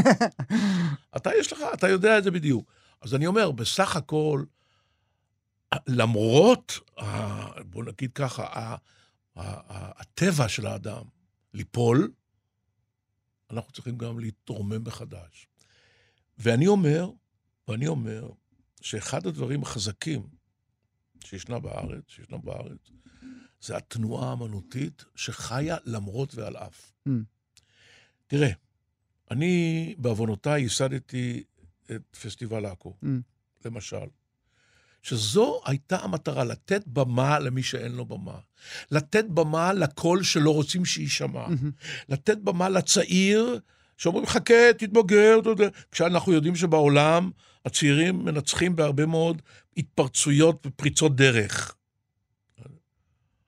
אתה יודע את זה בדיוק. אז אני אומר, בסך הכל, למרות, בוא נגיד ככה, הטבע של האדם ליפול, אנחנו צריכים גם להתרומם מחדש. ואני אומר שאחד הדברים החזקים שישנה בארץ, זה התנועה האמנותית שחיה למרות ועל אף. תראה, אני בעוונותיי ייסדתי את פסטיבל עכו, למשל. שזו הייתה המטרה, לתת במה למי שאין לו במה. לתת במה לקול שלא רוצים שישמע. לתת במה לצעיר, שאומרים, חכה, תתבוגר, כשאנחנו יודעים שבעולם הצעירים מנצחים בהרבה מאוד התפרצויות ופריצות דרך.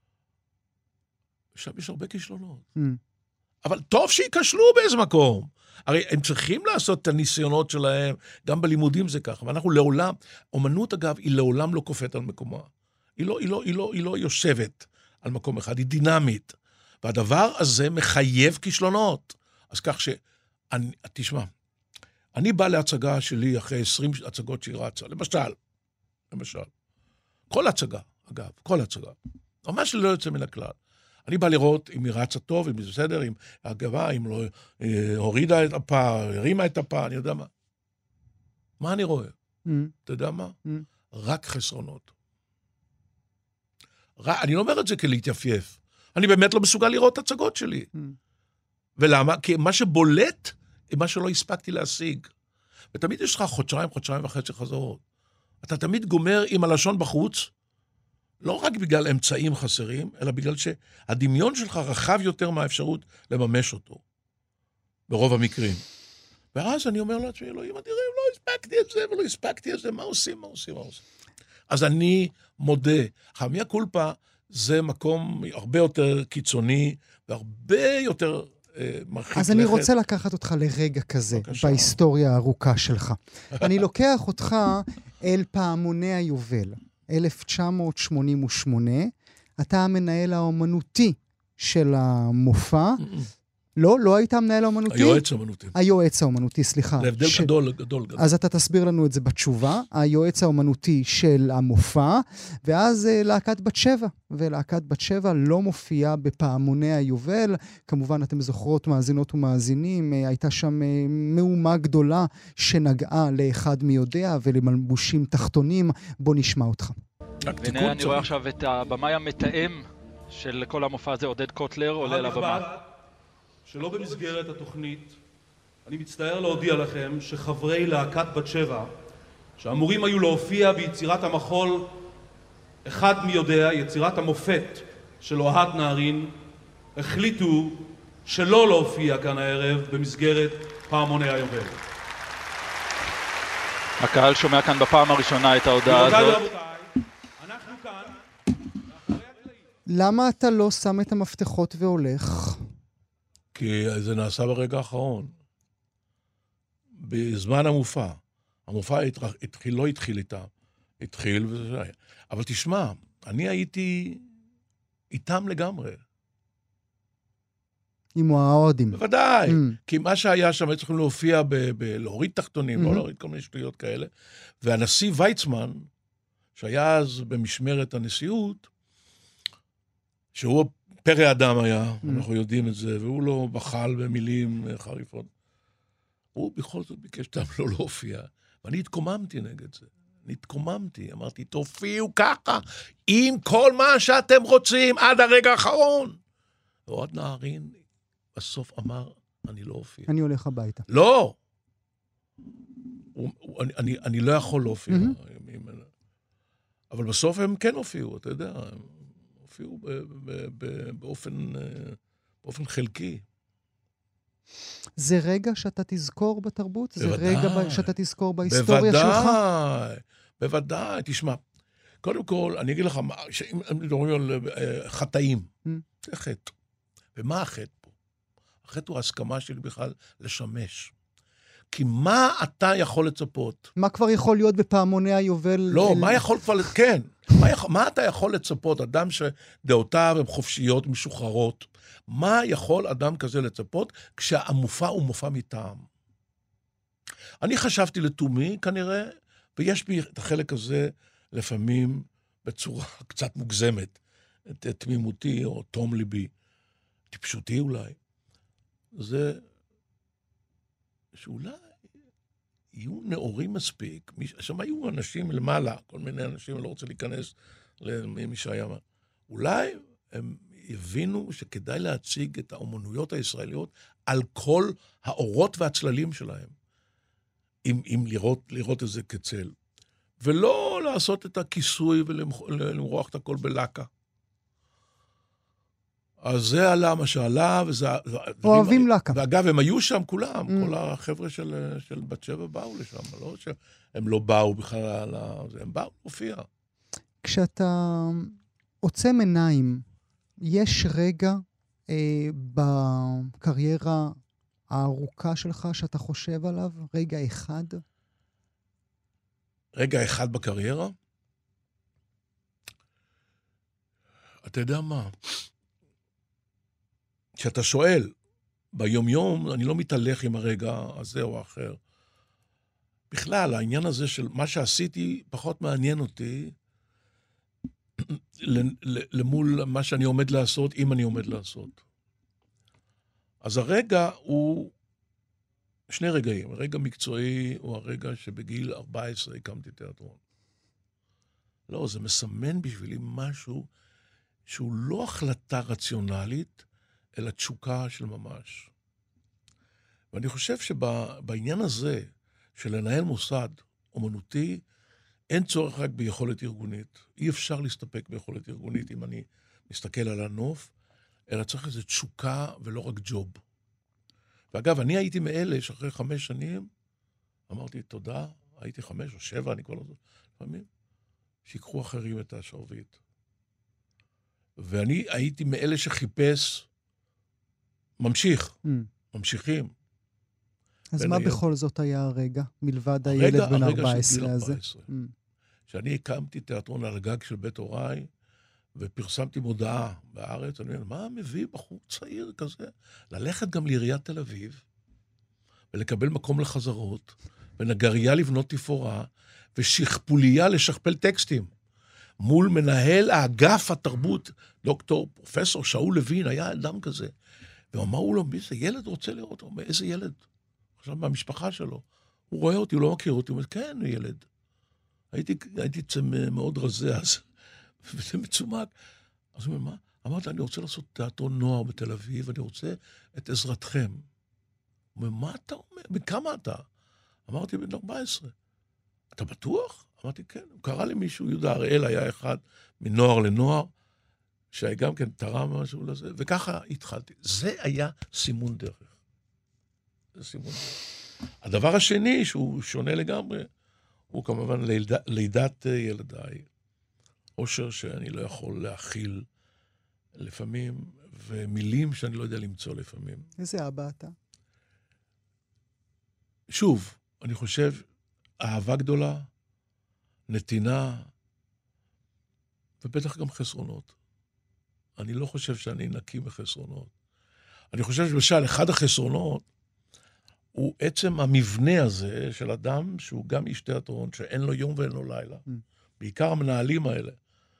שם יש הרבה כישלונות. אבל טוב שיקשלו באיזה מקום. הרי הם צריכים לעשות את הניסיונות שלהם, גם בלימודים זה ככה, ואנחנו לעולם, אומנות אגב, היא לעולם לא קופאת על מקומה. היא לא יושבת על מקום אחד, היא דינמית. והדבר הזה מחייב כישלונות. אז כך תשמע, אני בא להצגה שלי אחרי 20 הצגות שהיא רצה, למשל. כל הצגה, אגב, כל הצגה. ממש לא יוצא מן הכלל. אני בא לראות אם היא רצה טוב, אם היא בסדר, אם הגבה, אם לא הורידה את הפער, הרימה את הפער, אני יודע מה. מה אני רואה? אתה יודע מה? רק חסרונות. אני לא אומר את זה כלהתייפייף. אני באמת לא מסוגל לראות את הצגות שלי. ולמה? כי מה שבולט, היא מה שלא הספקתי להשיג. ותמיד יש לך חודשיים וחצי חזרות. אתה תמיד גומר עם הלשון בחוץ, לא רק בגלל אמצעים חסרים, אלא בגלל שהדמיון שלך רחב יותר מהאפשרות לממש אותו. ברוב המקרים. ואז אני אומר לעצמי, אלוהים אדירים, לא הספקתי את זה ולא הספקתי את זה, מה עושים? אז אני מודה. חמיה קולפה זה מקום הרבה יותר קיצוני, והרבה יותר מרחיק לכת. אז אני רוצה לקחת אותך לרגע כזה, בהיסטוריה הארוכה שלך. אני לוקח אותך אל פעמוני היובל, 1988, אתה המנהל האומנותי של המופע, לא היית המנהל האומנותי? היועץ האומנותי, סליחה. זה הבדל גדול. אז אתה תסביר לנו את זה בתשובה, היועץ האומנותי של המופע, ואז להקת בת שבע, ולהקת בת שבע לא מופיעה בפעמוני היובל, כמובן אתם זוכרות מאזינות ומאזינים, הייתה שם מהומה גדולה שנגעה לאחד מי יודע ולמלבושים תחתונים, בוא נשמע אותך. והנה אני רואה עכשיו את הבמאי המתאם של כל המופע הזה, עודד קוטלר, עולה לבמה. שלא במסגרת התוכנית, אני מצטער להודיע לכם שחברי להקת בת שבע, שאמורים היו להופיע ביצירת המחול, אחד מי יודע, יצירת המופת של אוהד נהרין, החליטו שלא להופיע כאן הערב במסגרת פעמוני היובל. הקהל שומע כאן בפעם הראשונה את ההודעה הזאת. אנחנו כאן. למה אתה לא שם את המפתחות והולך? כי זה נעשה ברגע האחרון. בזמן המופע. המופע לא התחיל איתם. התחיל וזה היה. אבל תשמע, אני הייתי איתם לגמרי. עם האוהדים. בוודאי. כי מה שהיה שם, צריכים להופיע להוריד תחתונים, לא להוריד כל מיני שטויות כאלה. והנשיא ויצמן, שהיה אז במשמרת הנשיאות, שהוא פרא אדם היה, אנחנו יודעים את זה, והוא לא בחל במילים חריפות. הוא בכל זאת ביקש אותם לא להופיע, ואני התקוממתי נגד זה. אמרתי, תופיעו ככה, עם כל מה שאתם רוצים, עד הרגע האחרון. ועוד נהרין, בסוף אמר, אני לא אופיע. אני הולך הביתה. לא! אני לא יכול להופיע. אבל בסוף הם כן הופיעו, אתה יודע, הם הופיעו באופן חלקי. זה רגע שאתה תזכור בתרבות? זה רגע שאתה תזכור בהיסטוריה שלך? בוודאי. תשמע, קודם כל, אני אגיד לך, אם מדברים על חטאים, זה חטא. ומה החטא פה? החטא הוא ההסכמה שלי בכלל לשמש. כי מה אתה יכול לצפות? מה כבר יכול להיות בפעמוני היובל? לא, מה יכול כבר... כן. מה אתה יכול לצפות? אדם שדעותיו הן חופשיות, משוחררות. מה יכול אדם כזה לצפות כשהמופע הוא מופע מטעם? אני חשבתי לתומי, כנראה, ויש בי את החלק הזה לפעמים בצורה קצת מוגזמת. את תמימותי או תום ליבי. טיפשותי אולי. זה שאולי יהיו נאורים מספיק, שם היו אנשים למעלה, כל מיני אנשים, אני לא רוצה להיכנס למי שהיה, אולי הם הבינו שכדאי להציג את האומנויות הישראליות על כל האורות והצללים שלהם, אם לראות את זה כצל, ולא לעשות את הכיסוי ולמרוח את הכל בלקה. אז זה עלה מה שעלה, אוהבים לקה. ואגב, הם היו שם כולם, כל החבר'ה של בת שבע באו לשם, לא שהם לא באו בכלל, הם באו להופיע. כשאתה עוצם עיניים, יש רגע בקריירה הארוכה שלך שאתה חושב עליו? רגע אחד? רגע אחד בקריירה? אתה יודע מה? כשאתה שואל, ביום-יום אני לא מתהלך עם הרגע הזה או האחר. בכלל, העניין הזה של מה שעשיתי פחות מעניין אותי למול מה שאני עומד לעשות, אם אני עומד לעשות. אז הרגע הוא שני רגעים. הרגע מקצועי הוא הרגע שבגיל 14 הקמתי תיאטרון. לא, זה מסמן בשבילי משהו שהוא לא החלטה רציונלית, אלא תשוקה של ממש. ואני חושב שבעניין הזה, של לנהל מוסד אומנותי, אין צורך רק ביכולת ארגונית. אי אפשר להסתפק ביכולת ארגונית אם אני מסתכל על הנוף, אלא צריך איזו תשוקה ולא רק ג'וב. ואגב, אני הייתי מאלה שאחרי 5 שנים, אמרתי, תודה, הייתי 5 או 7, אני כבר לא יודע, לפעמים, שיקחו אחרים את השרביט. ואני הייתי מאלה שחיפש, ממשיכים. אז מה בכל זאת היה הרגע, מלבד הילד בן 14 הזה? כשאני הקמתי תיאטרון על הגג של בית הוריי, ופרסמתי מודעה בארץ, אני אומר, מה מביא בחור צעיר כזה? ללכת גם לעיריית תל אביב, ולקבל מקום לחזרות, ונגריה לבנות תפאורה, ושכפוליה לשכפל טקסטים. מול מנהל האגף התרבות, דוקטור, פרופסור שאול לוין, היה אדם כזה. ואמרו לו, מי זה ילד רוצה לראות? הוא אומר, איזה ילד? עכשיו, מהמשפחה שלו. הוא רואה אותי, הוא לא מכיר אותי. הוא אומר, כן, ילד. הייתי מאוד רזה אז. וזה מצומק. אז הוא אומר, מה? אמרתי, אני רוצה לעשות תיאטרון נוער בתל אביב, ואני רוצה את עזרתכם. הוא אומר, מה אתה אומר? בכמה אתה? אמרתי, בן 14. אתה בטוח? אמרתי, כן. הוא קרא לי מישהו, יהודה הראל היה אחד מנוער לנוער, שגם כן תרם משהו לזה, וככה התחלתי. זה היה סימון דרך. זה סימון דרך. הדבר השני, שהוא שונה לגמרי, הוא כמובן לידת ילדיי. אושר שאני לא יכול להכיל לפעמים, ומילים שאני לא יודע למצוא לפעמים. איזה אבא אתה? שוב, אני חושב, אהבה גדולה, נתינה, ובטח גם חסרונות. אני לא חושב שאני נקי מחסרונות. אני חושב שבשל אחד החסרונות, הוא עצם המבנה הזה של אדם שהוא גם איש תיאטרון, שאין לו יום ואין לו לילה. בעיקר המנהלים האלה,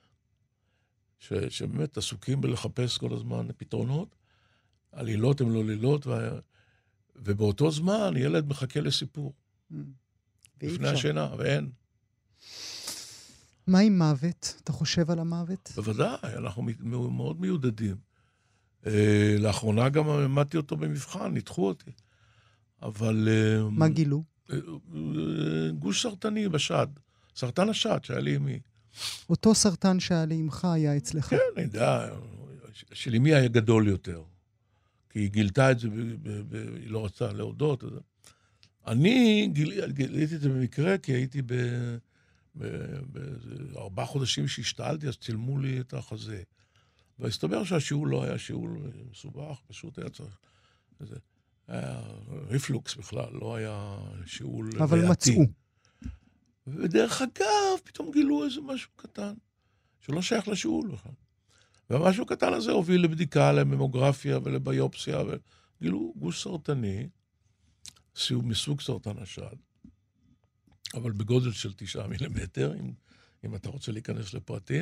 שבאמת עסוקים בלחפש כל הזמן פתרונות, עלילות הם לא לילות, ובאותו זמן ילד מחכה לסיפור. לפני השינה, ואין. מה עם מוות? אתה חושב על המוות? בוודאי, אנחנו מאוד מיודדים. לאחרונה גם עמדתי אותו במבחן, ניתחו אותי. אבל... מה גילו? גוש סרטני בשד. סרטן השד שהיה לי אמי. אותו סרטן שהיה לי אמך היה אצלך? כן, אני יודע. של אמי היה גדול יותר. כי היא גילתה את זה, היא לא רצתה להודות. אני גיליתי את זה במקרה, כי הייתי ב4 חודשים שהשתעלתי, אז צילמו לי את החזה. והסתבר שהשיעול לא היה שיעול מסובך, פשוט היה צריך... היה ריפלוקס בכלל, לא היה שיעול... אבל מצאו. ודרך אגב, פתאום גילו איזה משהו קטן, שלא שייך לשיעול בכלל. והמשהו הקטן הזה הוביל לבדיקה, לממוגרפיה ולביופסיה, וגילו גוש סרטני, מסוג סרטן השד, אבל בגודל של 9 מילימטר, אם אתה רוצה להיכנס לפרטים,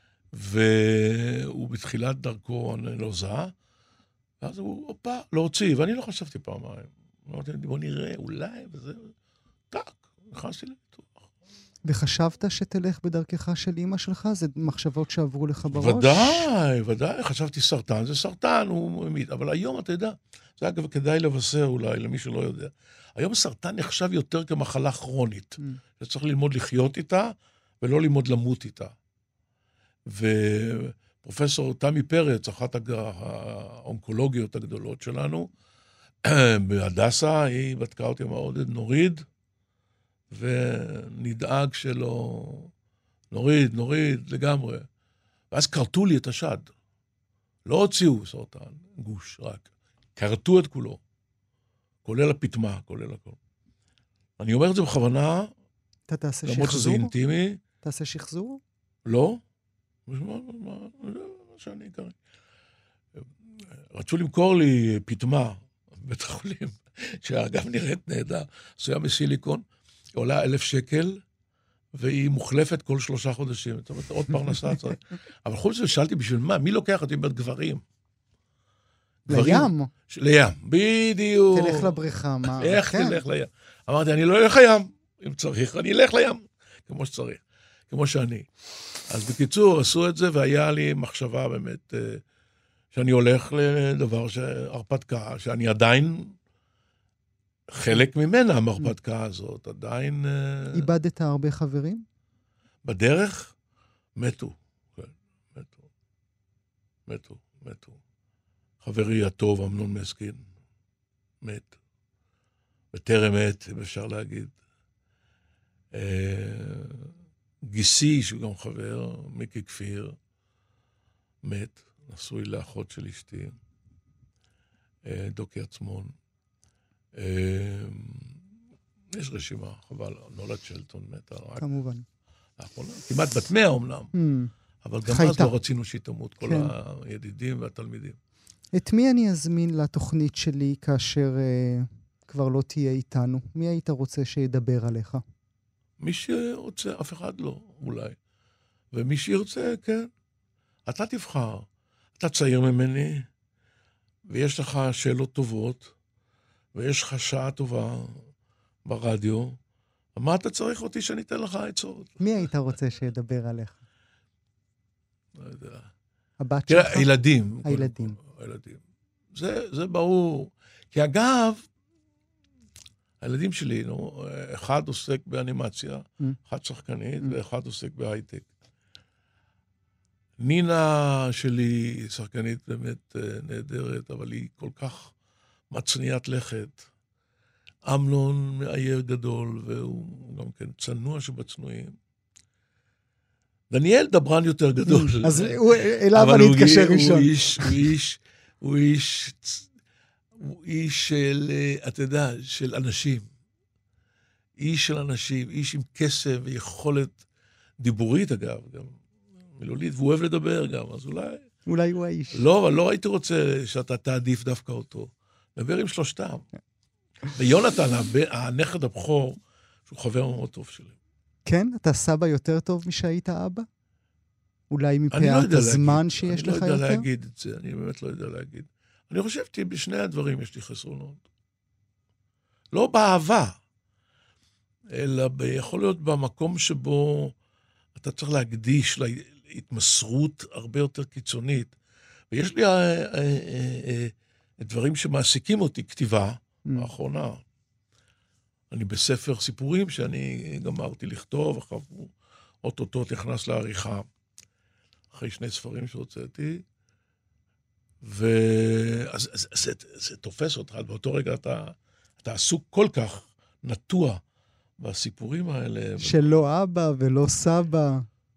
והוא בתחילת דרכו הנלוזה, ואז הוא, אופה, לא הוציא, ואני לא חשבתי פעמיים. אמרתי, בוא נראה, אולי, וזה, טק, נכנסתי לניתוח. וחשבת שתלך בדרכך של אמא שלך? זה מחשבות שעברו לך בראש? ודאי, ודאי, חשבתי סרטן, זה סרטן, הוא ממית, אבל היום אתה יודע, זה אגב כדאי לבשר אולי, למי שלא יודע. היום סרטן נחשב יותר כמחלה כרונית, שצריך ללמוד לחיות איתה, ולא ללמוד למות איתה. ופרופסור תמי פרץ, אחת האונקולוגיות הגדולות שלנו, בהדסה, היא בדקה אותי מאוד, נוריד, ונדאג שלא, נוריד לגמרי. ואז קרטו לי את השד. לא הוציאו סרטן, גוש רק. קרטו את כולו. כולל הפתמה, כולל הכל. אני אומר את זה בכוונה, אתה תעשה למרות שזה שחזור? אינטימי. תעשה שחזור? לא. מה שאני קריא. רצו למכור לי פתמה בבית החולים, שאגב נראית נהדר, עשויה מסיליקון, היא עולה 1,000 שקל, והיא מוחלפת כל 3 חודשים. זאת אומרת, עוד פרנסה צריך. אבל חוץ מזה, שאלתי בשביל מה? מי לוקח אותי בין גברים? לים. לים, בדיוק. תלך לבריכה, מה? איך תלך לים? אמרתי, אני לא אלך לים, אם צריך, אני אלך לים, כמו שצריך, כמו שאני. אז בקיצור, עשו את זה, והיה לי מחשבה באמת, שאני הולך לדבר הרפתקה, שאני עדיין חלק ממנה, המרפתקה הזאת, עדיין... איבדת הרבה חברים? בדרך, מתו. כן, מתו. חברי הטוב, אמנון מסקין, מת. בטרם מת, אם אפשר להגיד. גיסי, שהוא גם חבר, מיקי כפיר, מת, נשוי לאחות של אשתי, דוקי עצמון. יש רשימה, חבל, נולד שלטון מתה. כמובן. כמעט בת 100 אומנם, אבל גם אז לא רצינו שהיא תמות, כל הידידים והתלמידים. את מי אני אזמין לתוכנית שלי כאשר כבר לא תהיה איתנו? מי היית רוצה שידבר עליך? מי שרוצה, אף אחד לא, אולי. ומי שירצה, כן. אתה תבחר. אתה צעיר ממני, ויש לך שאלות טובות, ויש לך שעה טובה ברדיו. מה אתה צריך אותי שאני אתן לך עצות? מי היית רוצה שידבר עליך? לא יודע. הבת שלך? תראה, הילדים. הילדים. זה ברור. כי אגב, הילדים שלי, אחד עוסק באנימציה, אחד שחקנית, ואחד עוסק בהייטק. נינה שלי היא שחקנית באמת נהדרת, אבל היא כל כך מצניעת לכת. אמנון מאייר גדול, והוא גם כן צנוע שבצנועים. דניאל דברן יותר גדול. אז אליו אני אתקשר ראשון. הוא איש של, אתה יודע, של אנשים. איש של אנשים, איש עם כסף ויכולת דיבורית, אגב, גם מילולית, והוא אוהב לדבר גם, אז אולי הוא האיש. לא, אבל לא הייתי רוצה שאתה תעדיף דווקא אותו. נדבר עם שלושתם. ויונתן, הנכד הבכור, שהוא חבר מאוד טוב שלי. כן? אתה סבא יותר טוב משהיית אבא? אולי מפאת הזמן שיש לך יותר? אני לא יודע להגיד את זה, אני באמת לא יודע להגיד. אני חושב שבשני הדברים יש לי חסרונות. לא באהבה, אלא יכול להיות במקום שבו אתה צריך להקדיש להתמסרות הרבה יותר קיצונית. ויש לי דברים שמעסיקים אותי, כתיבה האחרונה. אני בספר סיפורים שאני גמרתי לכתוב, אחר אוטוטו נכנס לעריכה, אחרי 2 ספרים שהוצאתי, ואז זה תופס אותך, באותו רגע אתה עסוק כל כך נטוע בסיפורים האלה. שלא אבא ולא סבא.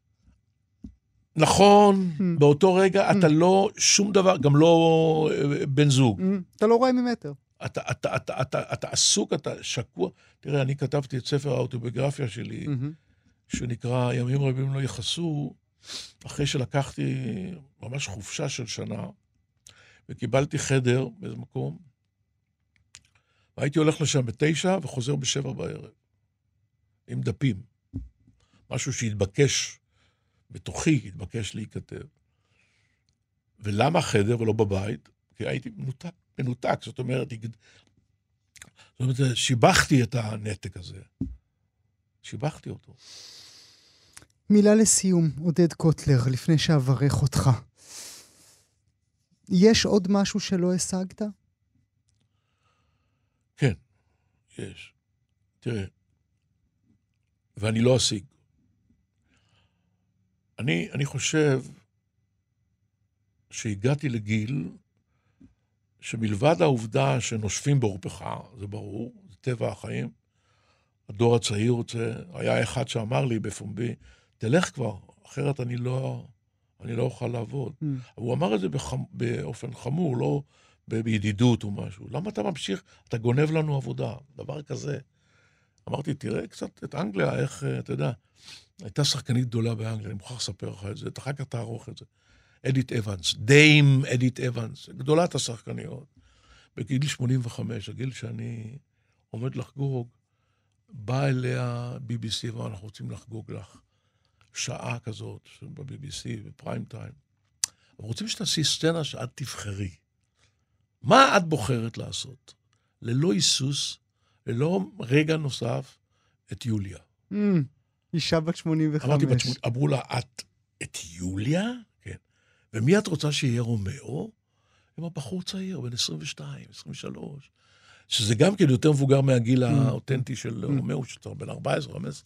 נכון, באותו רגע אתה לא שום דבר, גם לא בן זוג. אתה לא רואה ממטר. אתה עסוק, אתה שקוע. תראה, אני כתבתי את ספר האוטוביוגרפיה שלי, שנקרא ימים רבים לא יכסו, אחרי שלקחתי ממש חופשה של שנה, וקיבלתי חדר באיזה מקום, והייתי הולך לשם 9 וחוזר 7 בערב, עם דפים. משהו שהתבקש בתוכי, התבקש להיכתב. ולמה חדר ולא בבית? כי הייתי מנותק, זאת אומרת, שיבחתי את הנתק הזה. שיבחתי אותו. מילה לסיום, עודד קוטלר, לפני שאברך אותך. יש עוד משהו שלא השגת? כן, יש. תראה, ואני לא אשיג. אני חושב שהגעתי לגיל שמלבד העובדה שנושפים בעורפך, זה ברור, זה טבע החיים, הדור הצעיר רוצה, היה אחד שאמר לי בפומבי, תלך כבר, אחרת אני לא אוכל לעבוד. הוא אמר את זה באופן חמור, לא בידידות או משהו. למה אתה ממשיך? אתה גונב לנו עבודה, דבר כזה. אמרתי, תראה קצת את אנגליה, איך, אתה יודע, הייתה שחקנית גדולה באנגליה, אני מוכרח לספר לך את זה, אחר כך תערוך את זה. אדית אבנס, דיים אדית אבנס, גדולת השחקניות. בגיל 85, הגיל שאני עומד לחגוג, בא אליה BBC, ואנחנו רוצים לחגוג לך שעה כזאת, ב-BBC, בפריים טיים. אנחנו רוצים שתעשי סצנה שאת תבחרי. מה את בוחרת לעשות? ללא היסוס, ללא רגע נוסף, את יוליה. אישה בת 85. אמרתי בת 80, אמרו לה, את יוליה? כן. ומי את רוצה שיהיה רומאו? עם הבחור צעיר, בן 22, 23. שזה גם כן יותר מבוגר מהגיל האותנטי של רומאו, שאתה בן 14, 15.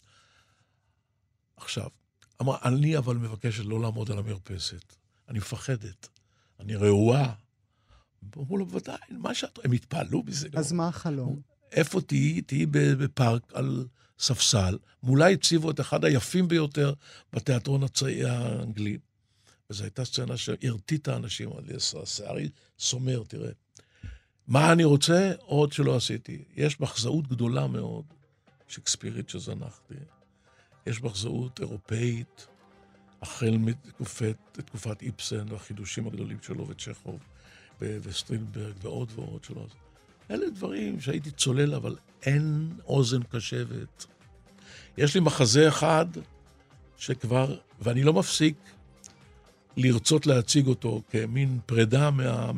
עכשיו, אמר, אני אבל מבקשת לא לעמוד על המרפסת. אני מפחדת. אני רעועה. אמרו לו, בוודאי, מה שאת... הם התפעלו בזה. אז מה החלום? איפה תהיי? תהיי בפארק על ספסל. מולה הציבו את אחד היפים ביותר בתיאטרון האנגלי. וזו הייתה סצנה שהרתיעה את האנשים. שערי סומר, תראה. מה אני רוצה? עוד שלא עשיתי. יש מחזאות גדולה מאוד, שקספירית שזנחתי. יש מחזאות אירופאית, החל מתקופת איפסן והחידושים הגדולים שלו וצ'כוב וסטרינברג ועוד ועוד שלו. אלה דברים שהייתי צולל, אבל אין אוזן קשבת. יש לי מחזה אחד שכבר, ואני לא מפסיק לרצות להציג אותו כמין פרידה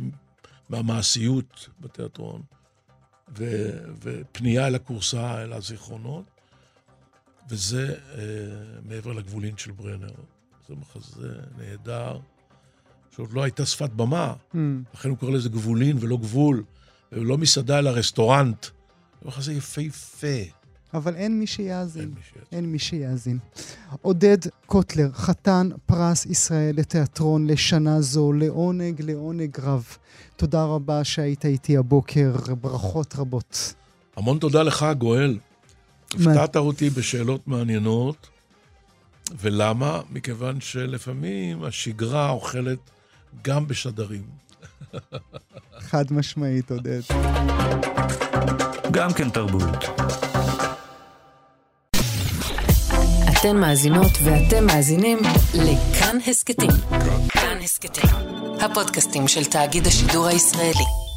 מהמעשיות בתיאטרון, ופנייה אל הקורסה, אל הזיכרונות, וזה מעבר לגבולין של ברנר. זה מחזה נהדר, שעוד לא הייתה שפת במה, לכן הוא קורא לזה גבולין ולא גבול, ולא מסעדה אלא רסטורנט. זה מחזה יפה. אבל אין מי שיאזין. אין מי שיאזין. עודד קוטלר, חתן פרס ישראל לתיאטרון לשנה זו, לעונג רב. תודה רבה שהיית איתי הבוקר, ברכות רבות. המון תודה לך, גואל. הפתעת אותי בשאלות מעניינות, ולמה? מכיוון שלפעמים השגרה אוכלת גם בשדרים. חד משמעית, עודד. גם כן תרבות. אתן מאזינות ואתם מאזינים לכאן הסקטים. כאן הסקטים, הפודקאסטים של תאגיד השידור הישראלי.